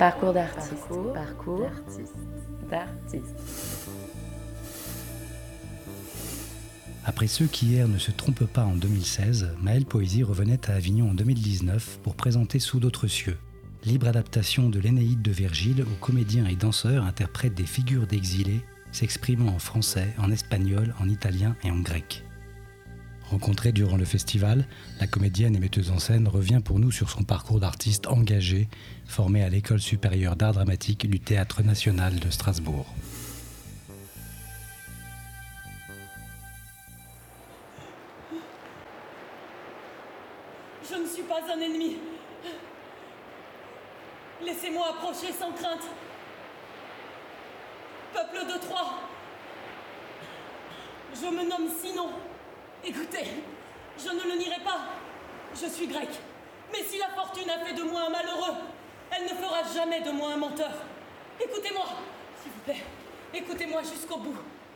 Parcours d'artiste. Parcours d'artiste. Après Ceux qui hier ne se trompent pas en 2016, Maëlle Poésy revenait à Avignon en 2019 pour présenter Sous d'autres cieux. Libre adaptation de l'Énéide de Virgile où comédiens et danseurs interprètent des figures d'exilés s'exprimant en français, en espagnol, en italien et en grec. Rencontrée durant le festival, la comédienne et metteuse en scène revient pour nous sur son parcours d'artiste engagé, formée à l'École supérieure d'art dramatique du Théâtre national de Strasbourg. Je ne suis pas un ennemi. Laissez-moi approcher sans crainte. Peuple de Troie, je me nomme Sinon. Écoutez, je ne le nierai pas. Je suis grec. Mais si la fortune a fait de moi un malheureux, elle ne fera jamais de moi un menteur. Écoutez-moi, s'il vous plaît. Écoutez-moi jusqu'au bout.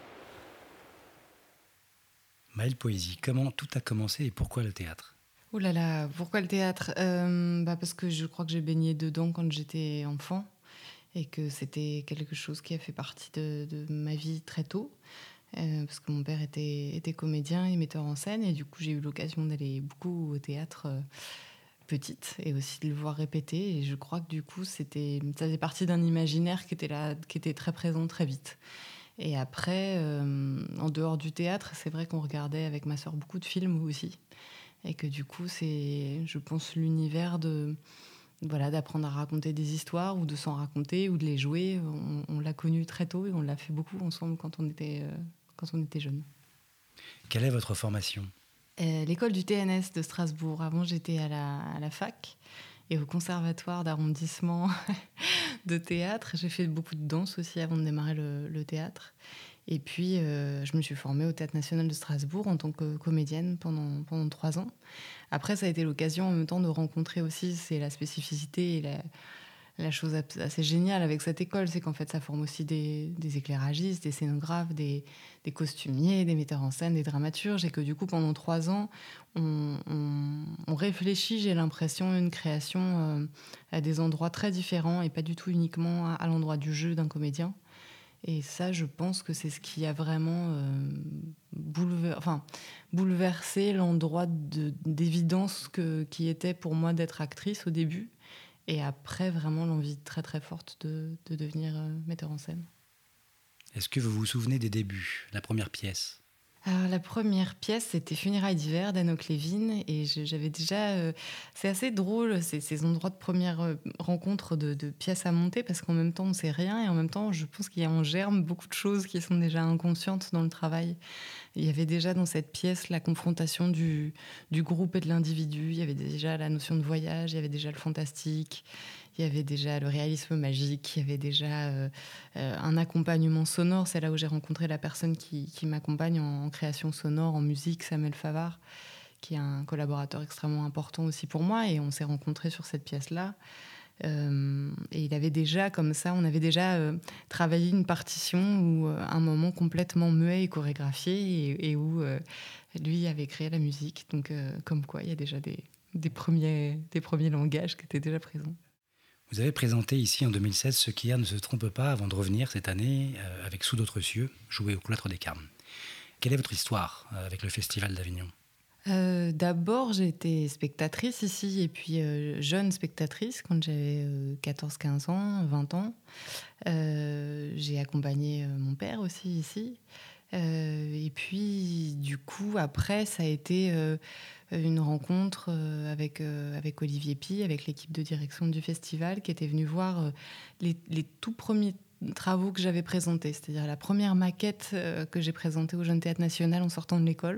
Maëlle Poésy, comment tout a commencé et pourquoi le théâtre ? Ouh là là, pourquoi le théâtre ? Parce que je crois que j'ai baigné dedans quand j'étais enfant et que c'était quelque chose qui a fait partie de ma vie très tôt. Parce que mon père était comédien et metteur en scène et du coup j'ai eu l'occasion d'aller beaucoup au théâtre petite et aussi de le voir répéter et je crois que du coup ça faisait partie d'un imaginaire qui était très présent très vite. Et après, en dehors du théâtre, c'est vrai qu'on regardait avec ma sœur beaucoup de films aussi et que du coup c'est, je pense, l'univers d'apprendre à raconter des histoires ou de s'en raconter ou de les jouer. On l'a connu très tôt et on l'a fait beaucoup ensemble quand on était jeunes. Quelle est votre formation ? L'école du TNS de Strasbourg. Avant, j'étais à la fac et au conservatoire d'arrondissement de théâtre. J'ai fait beaucoup de danse aussi avant de démarrer le théâtre. Et puis, je me suis formée au Théâtre national de Strasbourg en tant que comédienne pendant 3 ans. Après, ça a été l'occasion en même temps de rencontrer aussi, c'est la spécificité et la chose assez géniale avec cette école, c'est qu'en fait, ça forme aussi des éclairagistes, des scénographes, des costumiers, des metteurs en scène, des dramaturges, et que du coup, pendant 3 ans, on réfléchit, j'ai l'impression, à une création à des endroits très différents et pas du tout uniquement à l'endroit du jeu d'un comédien. Et ça, je pense que c'est ce qui a vraiment bouleversé l'endroit d'évidence qui était pour moi d'être actrice au début. Et après, vraiment l'envie très très forte de devenir metteur en scène. Est-ce que vous vous souvenez des débuts, la première pièce ? Alors, la première pièce, c'était Funérailles d'hiver d'Anouk Lévin. Et j'avais déjà... c'est assez drôle, ces endroits de première rencontre de pièces à monter, parce qu'en même temps, on ne sait rien. Et en même temps, je pense qu'il y a en germe beaucoup de choses qui sont déjà inconscientes dans le travail. Il y avait déjà dans cette pièce la confrontation du groupe et de l'individu. Il y avait déjà la notion de voyage, il y avait déjà le fantastique, il y avait déjà le réalisme magique, il y avait déjà un accompagnement sonore. C'est là où j'ai rencontré la personne qui m'accompagne en création sonore, en musique, Samuel Favard, qui est un collaborateur extrêmement important aussi pour moi. Et on s'est rencontrés sur cette pièce-là. Et il avait déjà, comme ça, on avait déjà travaillé une partition où un moment complètement muet et chorégraphié et où lui avait créé la musique. Donc, comme quoi, il y a déjà des premiers langages qui étaient déjà présents. Vous avez présenté ici en 2016 Ceux qui hier ne se trompent pas avant de revenir cette année avec Sous d'autres cieux, joué au Cloître des Carmes. Quelle est votre histoire avec le Festival d'Avignon ? D'abord, j'ai été spectatrice ici, et puis jeune spectatrice quand j'avais 14-15 ans, 20 ans. J'ai accompagné mon père aussi ici. Et puis, du coup, après, ça a été une rencontre avec Olivier Py, avec l'équipe de direction du festival, qui était venu voir les tout premiers travaux que j'avais présentés, c'est-à-dire la première maquette que j'ai présentée au Jeune Théâtre National en sortant de l'école.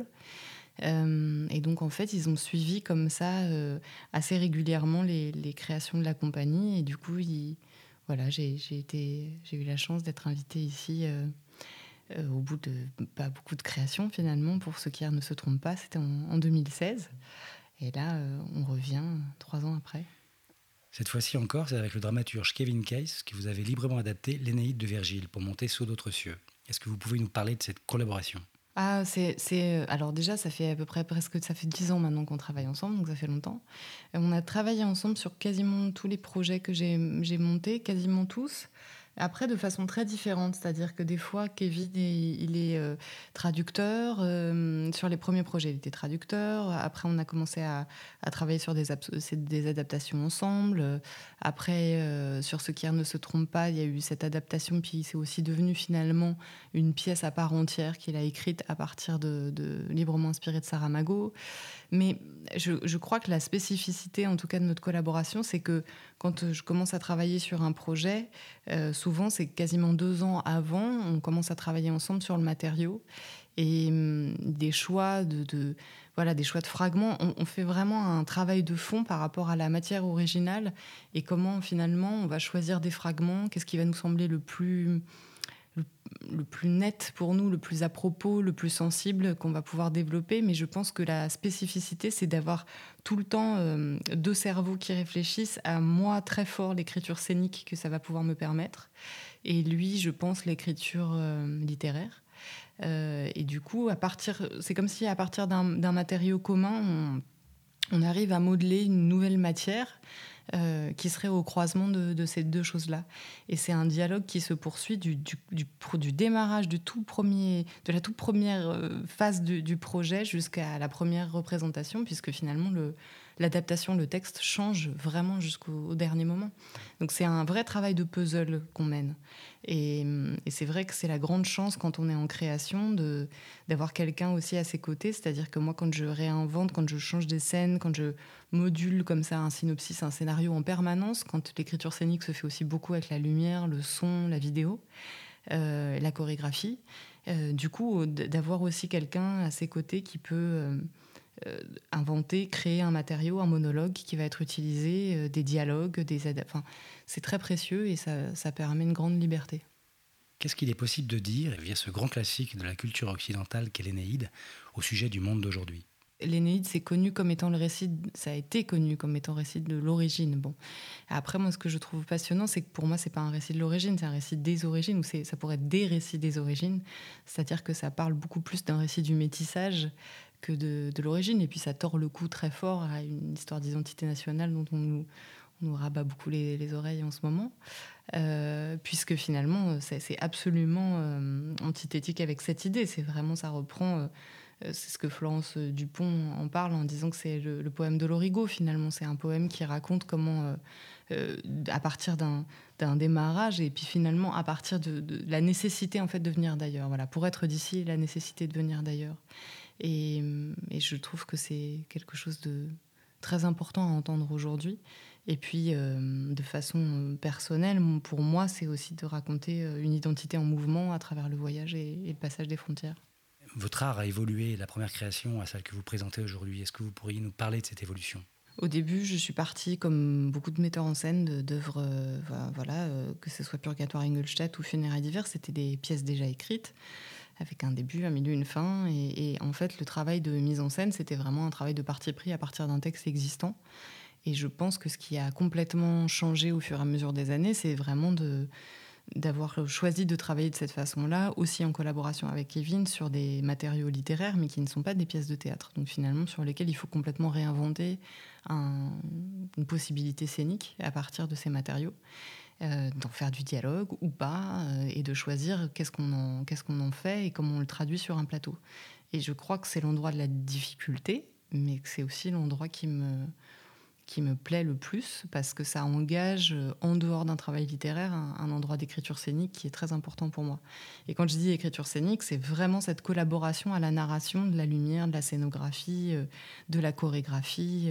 Et donc, en fait, ils ont suivi comme ça assez régulièrement les créations de la compagnie. Et du coup, j'ai eu la chance d'être invitée ici au bout de pas beaucoup de créations, finalement. Pour Ceux qui hier ne se trompent pas, c'était en 2016. Et là, on revient 3 ans après. Cette fois-ci encore, c'est avec le dramaturge Kevin Case que vous avez librement adapté l'Énéide de Virgile pour monter Sous d'autres cieux. Est-ce que vous pouvez nous parler de cette collaboration ? Alors déjà, ça fait à peu près ça fait 10 ans maintenant qu'on travaille ensemble, donc ça fait longtemps. On a travaillé ensemble sur quasiment tous les projets que j'ai montés, quasiment tous. Après, de façon très différente, c'est-à-dire que des fois, Kevin, il est traducteur. Sur les premiers projets, il était traducteur. Après, on a commencé à travailler sur des adaptations ensemble. Après, sur Ce qui ne se trompe pas, il y a eu cette adaptation, puis c'est aussi devenu finalement une pièce à part entière qu'il a écrite à partir de Librement inspiré de Saramago. Mais je crois que la spécificité, en tout cas de notre collaboration, c'est que quand je commence à travailler sur un projet, souvent c'est quasiment 2 ans avant, on commence à travailler ensemble sur le matériau. Et des choix des choix de fragments, on fait vraiment un travail de fond par rapport à la matière originale et comment finalement on va choisir des fragments, qu'est-ce qui va nous sembler le plus net pour nous, le plus à propos, le plus sensible qu'on va pouvoir développer. Mais je pense que la spécificité, c'est d'avoir tout le temps 2 cerveaux qui réfléchissent à moi très fort l'écriture scénique que ça va pouvoir me permettre. Et lui, je pense, l'écriture littéraire. Et du coup, c'est comme si à partir d'un matériau commun, on arrive à modeler une nouvelle matière qui serait au croisement de ces 2 choses-là. Et c'est un dialogue qui se poursuit du démarrage de la toute première phase du projet jusqu'à la première représentation, puisque finalement l'adaptation, le texte change vraiment jusqu'au dernier moment. Donc c'est un vrai travail de puzzle qu'on mène. Et c'est vrai que c'est la grande chance quand on est en création d'avoir quelqu'un aussi à ses côtés. C'est-à-dire que moi, quand je réinvente, quand je change des scènes, quand je module comme ça un synopsis, un scénario en permanence, quand l'écriture scénique se fait aussi beaucoup avec la lumière, le son, la vidéo, la chorégraphie, du coup, d'avoir aussi quelqu'un à ses côtés qui peut inventer, créer un matériau, un monologue qui va être utilisé, des dialogues, c'est très précieux et ça permet une grande liberté. Qu'est-ce qu'il est possible de dire, via ce grand classique de la culture occidentale qu'est l'Énéide, au sujet du monde d'aujourd'hui ? L'Énéide, ça a été connu comme étant le récit de l'origine. Bon. Après, moi, ce que je trouve passionnant, c'est que pour moi, c'est pas un récit de l'origine, c'est un récit des origines, ou ça pourrait être des récits des origines. C'est-à-dire que ça parle beaucoup plus d'un récit du métissage que de l'origine. Et puis, ça tord le cou très fort à une histoire d'identité nationale dont on nous rabat beaucoup les oreilles en ce moment. Puisque finalement, c'est absolument antithétique avec cette idée. C'est vraiment, ça reprend... c'est ce que Florence Dupont en parle en disant que c'est le poème de l'origo, finalement. C'est un poème qui raconte comment, à partir d'un démarrage, et puis finalement, à partir de la nécessité en fait, de venir d'ailleurs. Voilà, pour être d'ici, la nécessité de venir d'ailleurs. Et je trouve que c'est quelque chose de très important à entendre aujourd'hui. Et puis, de façon personnelle, pour moi, c'est aussi de raconter une identité en mouvement à travers le voyage et le passage des frontières. Votre art a évolué, la première création à celle que vous présentez aujourd'hui. Est-ce que vous pourriez nous parler de cette évolution ? Au début, je suis partie, comme beaucoup de metteurs en scène, d'œuvres, que ce soit Purgatoire Ingolstadt ou Funérailles d'hiver, c'était des pièces déjà écrites, avec un début, un milieu, une fin. Et en fait, le travail de mise en scène, c'était vraiment un travail de parti pris à partir d'un texte existant. Et je pense que ce qui a complètement changé au fur et à mesure des années, c'est vraiment d'avoir choisi de travailler de cette façon-là, aussi en collaboration avec Kevin, sur des matériaux littéraires, mais qui ne sont pas des pièces de théâtre. Donc finalement, sur lesquels il faut complètement réinventer une possibilité scénique à partir de ces matériaux, d'en faire du dialogue ou pas, et de choisir qu'est-ce qu'on en fait et comment on le traduit sur un plateau. Et je crois que c'est l'endroit de la difficulté, mais que c'est aussi l'endroit qui me plaît le plus, parce que ça engage, en dehors d'un travail littéraire, un endroit d'écriture scénique qui est très important pour moi. Et quand je dis écriture scénique, c'est vraiment cette collaboration à la narration de la lumière, de la scénographie, de la chorégraphie.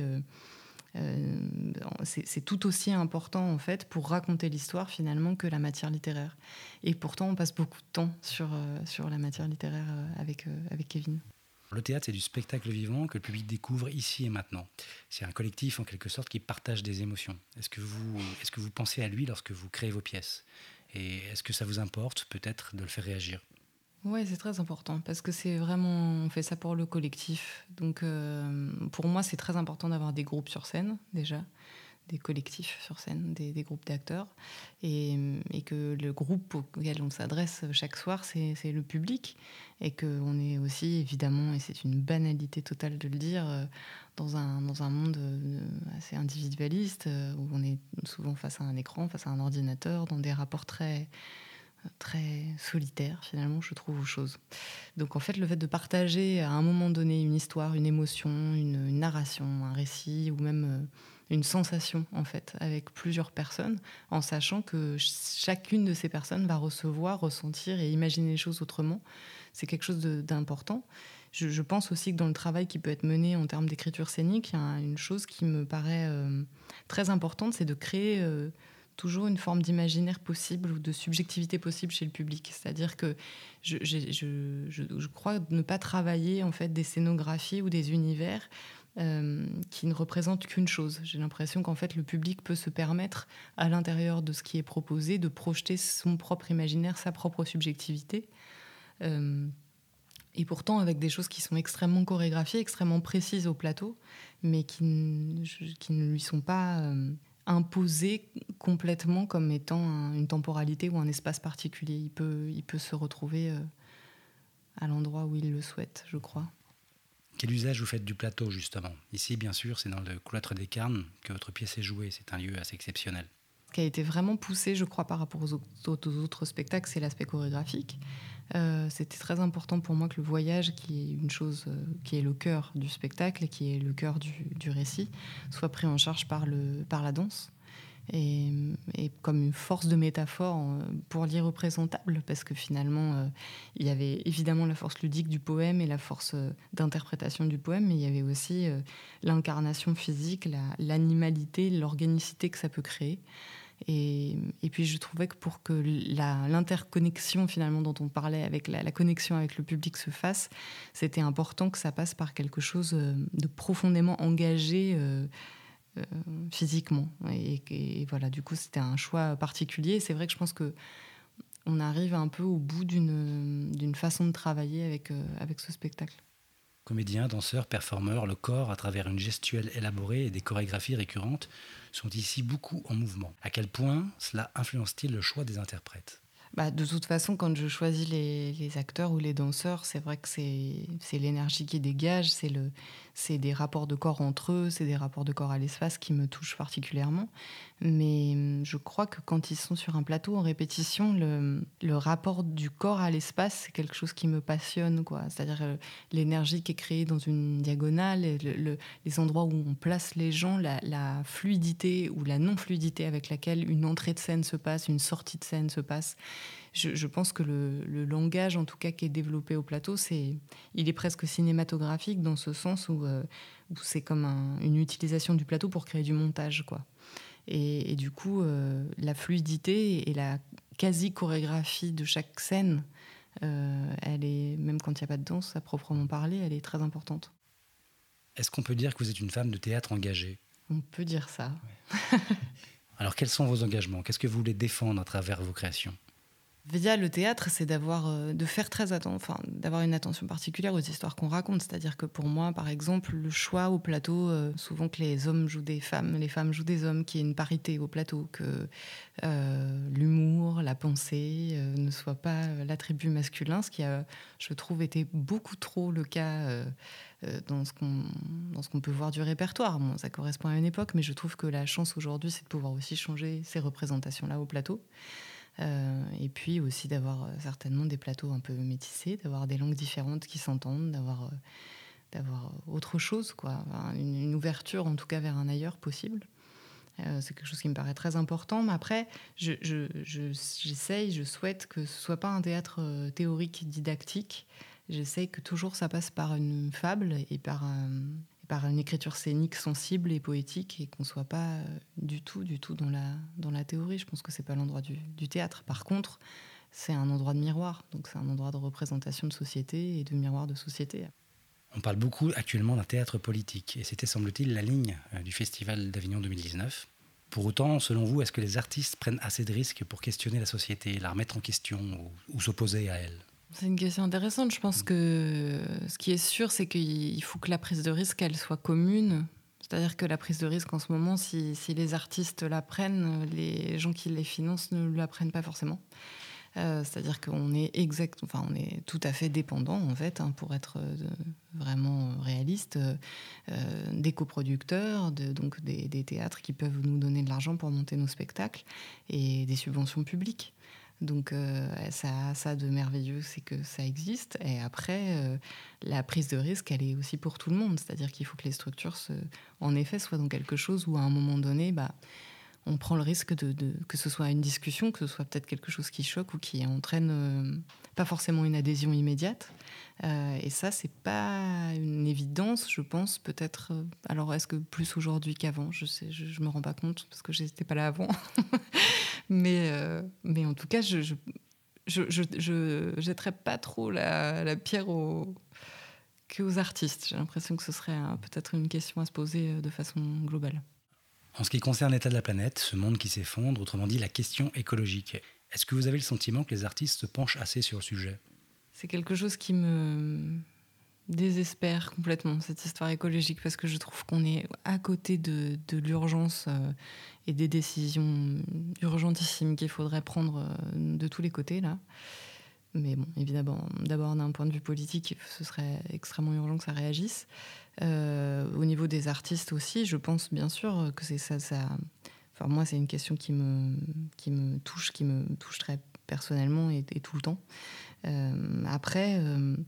C'est tout aussi important, en fait, pour raconter l'histoire, finalement, que la matière littéraire. Et pourtant, on passe beaucoup de temps sur la matière littéraire avec Kevin. Le théâtre, c'est du spectacle vivant que le public découvre ici et maintenant. C'est un collectif, en quelque sorte, qui partage des émotions. Est-ce que vous pensez à lui lorsque vous créez vos pièces ? Et est-ce que ça vous importe, peut-être, de le faire réagir ? Oui, c'est très important, parce que c'est vraiment... On fait ça pour le collectif. Donc, pour moi, c'est très important d'avoir des groupes sur scène, déjà. des collectifs sur scène, des groupes d'acteurs, et que le groupe auquel on s'adresse chaque soir, c'est le public, et qu'on est aussi, évidemment, et c'est une banalité totale de le dire, dans un monde assez individualiste, où on est souvent face à un écran, face à un ordinateur, dans des rapports très solitaires, finalement, je trouve, aux choses. Donc en fait, le fait de partager à un moment donné une histoire, une émotion, une narration, un récit, ou même une sensation, en fait, avec plusieurs personnes, en sachant que chacune de ces personnes va recevoir, ressentir et imaginer les choses autrement, c'est quelque chose d'important. Je pense aussi que dans le travail qui peut être mené en termes d'écriture scénique, il y a une chose qui me paraît très importante, c'est de créer toujours une forme d'imaginaire possible ou de subjectivité possible chez le public. C'est-à-dire que je crois ne pas travailler en fait des scénographies ou des univers qui ne représentent qu'une chose. J'ai l'impression qu'en fait le public peut se permettre, à l'intérieur de ce qui est proposé, de projeter son propre imaginaire, sa propre subjectivité. Et pourtant avec des choses qui sont extrêmement chorégraphiées, extrêmement précises au plateau, mais qui ne lui sont pas imposées complètement comme étant une temporalité ou un espace particulier. Il peut se retrouver à l'endroit où il le souhaite, je crois. Quel usage vous faites du plateau, justement ? Ici, bien sûr, c'est dans le Cloître des Carmes que votre pièce est jouée. C'est un lieu assez exceptionnel. Ce qui a été vraiment poussé, je crois, par rapport aux autres spectacles, c'est l'aspect chorégraphique. C'était très important pour moi que le voyage, qui est une chose qui est le cœur du spectacle et qui est le cœur du récit, soit pris en charge par la danse. Et comme une force de métaphore pour l'irreprésentable, parce que finalement, il y avait évidemment la force ludique du poème et la force d'interprétation du poème, mais il y avait aussi l'incarnation physique, l'animalité, l'organicité que ça peut créer. Et puis je trouvais que pour que l'interconnexion finalement dont on parlait, avec la connexion avec le public se fasse, c'était important que ça passe par quelque chose de profondément engagé physiquement. Et voilà, du coup, c'était un choix particulier. C'est vrai que je pense qu'on arrive un peu au bout d'une façon de travailler avec ce spectacle. Comédiens, danseurs, performeurs, le corps, à travers une gestuelle élaborée et des chorégraphies récurrentes, sont ici beaucoup en mouvement. À quel point cela influence-t-il le choix des interprètes ? De toute façon, quand je choisis les acteurs ou les danseurs, c'est vrai que c'est l'énergie qui dégage, c'est des rapports de corps entre eux, c'est des rapports de corps à l'espace qui me touchent particulièrement. Mais je crois que quand ils sont sur un plateau en répétition, le rapport du corps à l'espace, c'est quelque chose qui me passionne, quoi. C'est-à-dire l'énergie qui est créée dans une diagonale, les endroits où on place les gens, la fluidité ou la non-fluidité avec laquelle une entrée de scène se passe, une sortie de scène se passe. Je pense que le langage, en tout cas, qui est développé au plateau, il est presque cinématographique dans ce sens où c'est comme une utilisation du plateau pour créer du montage, quoi. Et du coup, la fluidité et la quasi-chorégraphie de chaque scène, elle est, même quand il n'y a pas de danse à proprement parler, elle est très importante. Est-ce qu'on peut dire que vous êtes une femme de théâtre engagée ? On peut dire ça. Ouais. Alors, quels sont vos engagements ? Qu'est-ce que vous voulez défendre à travers vos créations ? Via le théâtre, c'est d'avoir une attention particulière aux histoires qu'on raconte. C'est-à-dire que pour moi, par exemple, le choix au plateau, souvent que les hommes jouent des femmes, les femmes jouent des hommes, qu'il y ait une parité au plateau, que l'humour, la pensée ne soit pas l'attribut masculin, ce qui a, je trouve, été beaucoup trop le cas dans ce qu'on peut voir du répertoire. Bon, ça correspond à une époque, mais je trouve que la chance aujourd'hui, c'est de pouvoir aussi changer ces représentations-là au plateau. Et puis aussi d'avoir certainement des plateaux un peu métissés, d'avoir des langues différentes qui s'entendent, d'avoir autre chose, quoi. Une ouverture en tout cas vers un ailleurs possible. C'est quelque chose qui me paraît très important. Mais après, j'essaye, je souhaite que ce soit pas un théâtre théorique, didactique. J'essaye que toujours ça passe par une fable et par une écriture scénique sensible et poétique, et qu'on ne soit pas du tout dans la théorie. Je pense que ce n'est pas l'endroit du théâtre. Par contre, c'est un endroit de miroir. Donc c'est un endroit de représentation de société et de miroir de société. On parle beaucoup actuellement d'un théâtre politique, et c'était, semble-t-il, la ligne du Festival d'Avignon 2019. Pour autant, selon vous, est-ce que les artistes prennent assez de risques pour questionner la société, la remettre en question ou s'opposer à elle ? C'est une question intéressante. Je pense que ce qui est sûr, c'est qu'il faut que la prise de risque, elle soit commune. C'est-à-dire que la prise de risque en ce moment, si les artistes la prennent, les gens qui les financent ne la prennent pas forcément. C'est-à-dire qu'on est on est tout à fait dépendant, en fait, pour être vraiment réaliste, des coproducteurs, donc des théâtres qui peuvent nous donner de l'argent pour monter nos spectacles et des subventions publiques. Donc ça de merveilleux, c'est que ça existe. Et après, la prise de risque, elle est aussi pour tout le monde. C'est-à-dire qu'il faut que les structures, en effet, soient dans quelque chose où, à un moment donné, on prend le risque que ce soit une discussion, que ce soit peut-être quelque chose qui choque ou qui entraîne pas forcément une adhésion immédiate. Et ça, c'est pas une évidence, je pense, peut-être. Alors, est-ce que plus aujourd'hui qu'avant ? Je me rends pas compte parce que j'étais pas là avant. mais en tout cas, je jetterais pas trop la pierre qu'aux artistes. J'ai l'impression que ce serait peut-être une question à se poser de façon globale. En ce qui concerne l'état de la planète, ce monde qui s'effondre, autrement dit la question écologique, est-ce que vous avez le sentiment que les artistes se penchent assez sur le sujet ? C'est quelque chose qui me désespère complètement, cette histoire écologique, parce que je trouve qu'on est à côté de l'urgence et des décisions urgentissimes qu'il faudrait prendre de tous les côtés, là. Mais bon, évidemment, d'abord d'un point de vue politique, ce serait extrêmement urgent que ça réagisse. Au niveau des artistes aussi, je pense bien sûr que c'est ça. Enfin, moi, c'est une question qui me touche très personnellement et tout le temps. Après,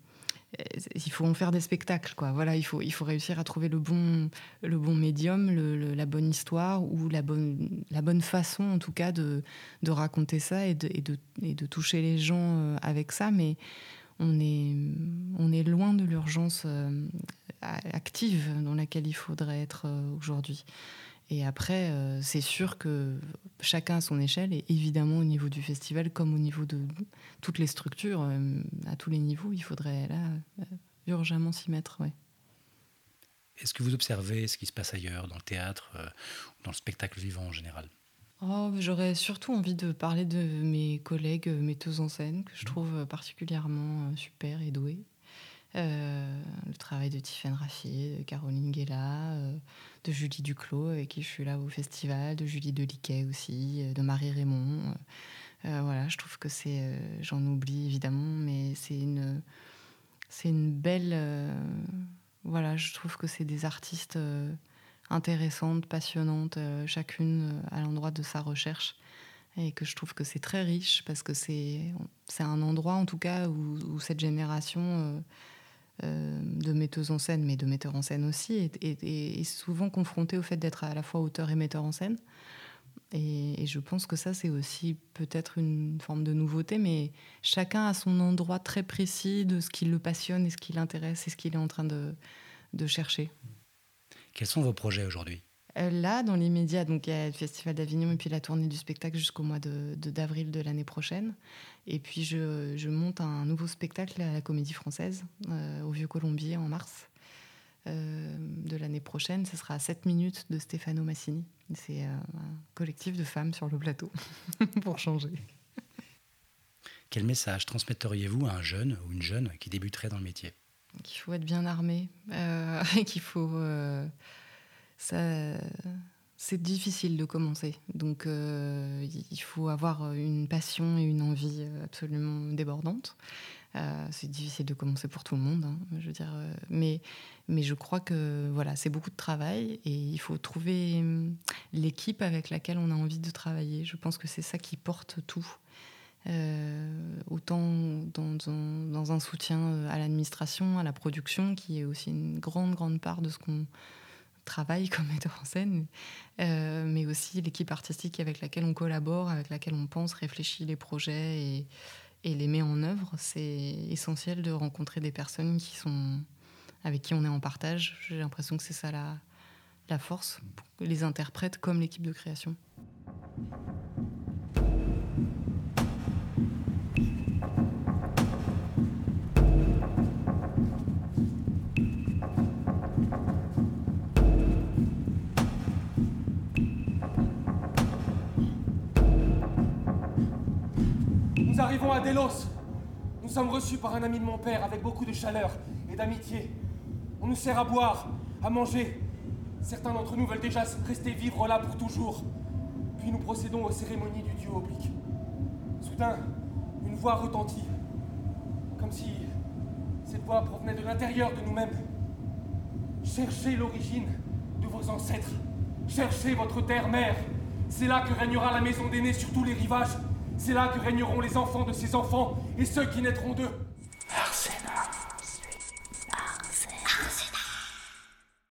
il faut en faire des spectacles, quoi. Voilà, il faut réussir à trouver le bon médium, la bonne histoire ou la bonne façon, en tout cas, de raconter ça et de toucher les gens avec ça. Mais on est loin de l'urgence active dans laquelle il faudrait être aujourd'hui. Et après, c'est sûr que chacun à son échelle, et évidemment au niveau du festival comme au niveau de toutes les structures, à tous les niveaux, il faudrait là urgemment s'y mettre. Ouais. Est-ce que vous observez ce qui se passe ailleurs, dans le théâtre ou dans le spectacle vivant en général ? J'aurais surtout envie de parler de mes collègues metteuses en scène, que je trouve particulièrement super et douées. Le travail de Tiffaine Raffier, de Caroline Guéla, de Julie Duclos, avec qui je suis là au festival, de Julie Deliquet aussi, de Marie Raymond. Voilà, je trouve que j'en oublie évidemment, mais c'est une belle... voilà, je trouve que c'est des artistes intéressantes, passionnantes, chacune à l'endroit de sa recherche. Et que je trouve que c'est très riche, parce que c'est un endroit, en tout cas, où cette génération de metteuses en scène, mais de metteurs en scène aussi, est souvent confrontée au fait d'être à la fois auteur et metteur en scène. Et je pense que ça, c'est aussi peut-être une forme de nouveauté, mais chacun a son endroit très précis de ce qui le passionne et ce qui l'intéresse et ce qu'il est en train de chercher. Quels sont vos projets aujourd'hui ? Là, dans l'immédiat, donc il y a le Festival d'Avignon et puis la tournée du spectacle jusqu'au mois d'avril de l'année prochaine. Et puis je monte un nouveau spectacle à la Comédie Française, au Vieux-Colombier, en mars de l'année prochaine. Ce sera 7 minutes de Stefano Massini. C'est un collectif de femmes sur le plateau, pour changer. Quel message transmetteriez-vous à un jeune ou une jeune qui débuterait dans le métier ? Qu'il faut être bien armé, qu'il faut... c'est difficile de commencer, donc il faut avoir une passion et une envie absolument débordante. C'est difficile de commencer pour tout le monde, hein, je veux dire, mais je crois que voilà, c'est beaucoup de travail et il faut trouver l'équipe avec laquelle on a envie de travailler. Je pense que c'est ça qui porte tout. Autant dans un soutien à l'administration, à la production, qui est aussi une grande part de ce qu'on travaille comme metteur en scène, mais aussi l'équipe artistique avec laquelle on collabore, avec laquelle on pense, réfléchit les projets et les met en œuvre. C'est essentiel de rencontrer des personnes avec qui on est en partage. J'ai l'impression que c'est ça la force, les interprètes comme l'équipe de création. Nous arrivons à Delos. Nous sommes reçus par un ami de mon père avec beaucoup de chaleur et d'amitié. On nous sert à boire, à manger. Certains d'entre nous veulent déjà rester vivre là pour toujours. Puis nous procédons aux cérémonies du dieu oblique. Soudain, une voix retentit. Comme si cette voix provenait de l'intérieur de nous-mêmes. Cherchez l'origine de vos ancêtres. Cherchez votre terre-mère. C'est là que régnera la maison d'aînés sur tous les rivages. C'est là que régneront les enfants de ses enfants et ceux qui naîtront d'eux.